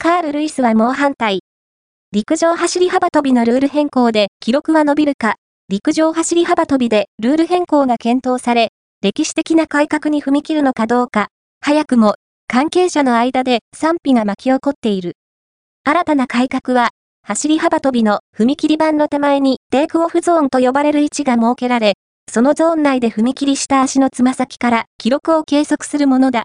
カール・ルイスは猛反対。陸上走り幅跳びのルール変更で記録は伸びるか、陸上走り幅跳びでルール変更が検討され、歴史的な改革に踏み切るのかどうか、早くも関係者の間で賛否が巻き起こっている。新たな改革は、走り幅跳びの踏切板の手前にテイクオフゾーンと呼ばれる位置が設けられ、そのゾーン内で踏み切りした足のつま先から記録を計測するものだ。